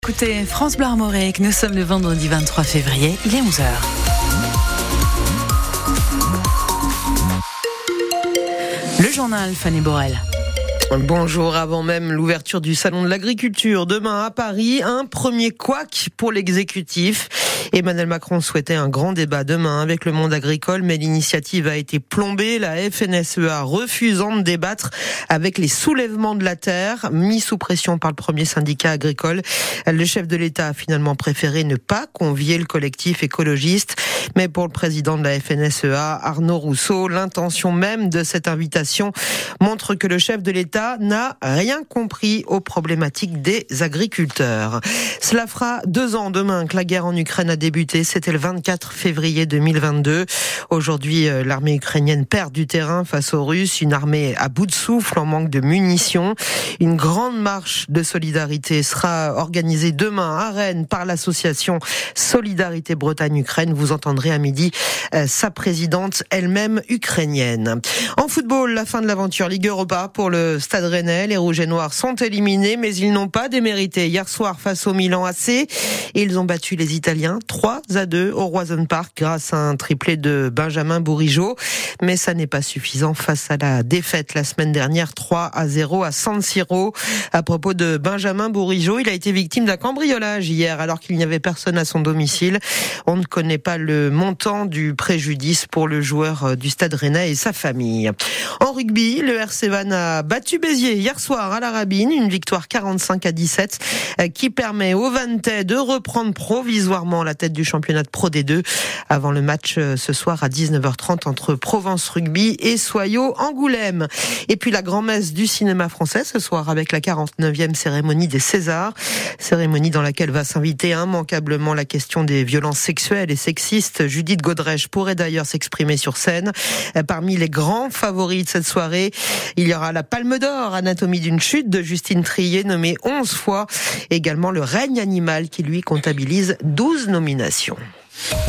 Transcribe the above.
Écoutez, France Bleu Armorique, nous sommes le vendredi 23 février, il est 11h. Le journal Fanny Borel. Bonjour, avant même l'ouverture du salon de l'agriculture demain à Paris, un premier couac pour l'exécutif. Emmanuel Macron souhaitait un grand débat demain avec le monde agricole, mais l'initiative a été plombée, la FNSEA refusant de débattre avec les soulèvements de la terre, mis sous pression par le premier syndicat agricole. Le chef de l'État a finalement préféré ne pas convier le collectif écologiste, mais pour le président de la FNSEA, Arnaud Rousseau, l'intention même de cette invitation montre que le chef de l'État n'a rien compris aux problématiques des agriculteurs. Cela fera 2 ans demain que la guerre en Ukraine a débuté. C'était le 24 février 2022. Aujourd'hui, l'armée ukrainienne perd du terrain face aux Russes. Une armée à bout de souffle, en manque de munitions. Une grande marche de solidarité sera organisée demain à Rennes par l'association Solidarité Bretagne-Ukraine. Vous entendrez à midi sa présidente, elle-même ukrainienne. En football, la fin de l'aventure Ligue Europa pour le Stade Rennais. Les Rouges et Noirs sont éliminés, mais ils n'ont pas démérité. Hier soir, face au Milan AC, ils ont battu les Italiens 3-2 au Roison Park grâce à un triplé de Benjamin Bourigeaud. Mais ça n'est pas suffisant face à la défaite la semaine dernière 3-0 à San Siro. À propos de Benjamin Bourigeaud, il a été victime d'un cambriolage hier alors qu'il n'y avait personne à son domicile. On ne connaît pas le montant du préjudice pour le joueur du Stade Rennais et sa famille. En rugby, le RC Vannes a battu Béziers hier soir à la Rabine, une victoire 45-17 qui permet aux Vanntais de reprendre provisoirement la tête du championnat de Pro D2 avant le match ce soir à 19h30 entre Provence Rugby et Soyaux Angoulême. Et puis la grand-messe du cinéma français ce soir avec la 49e cérémonie des Césars, cérémonie dans laquelle va s'inviter immanquablement la question des violences sexuelles et sexistes. Judith Godrèche pourrait d'ailleurs s'exprimer sur scène. Parmi les grands favoris de cette soirée, il y aura la Palme d'Or, Anatomie d'une chute de Justine Triet, nommée 11 fois. Également le règne animal qui lui comptabilise 12 nominations.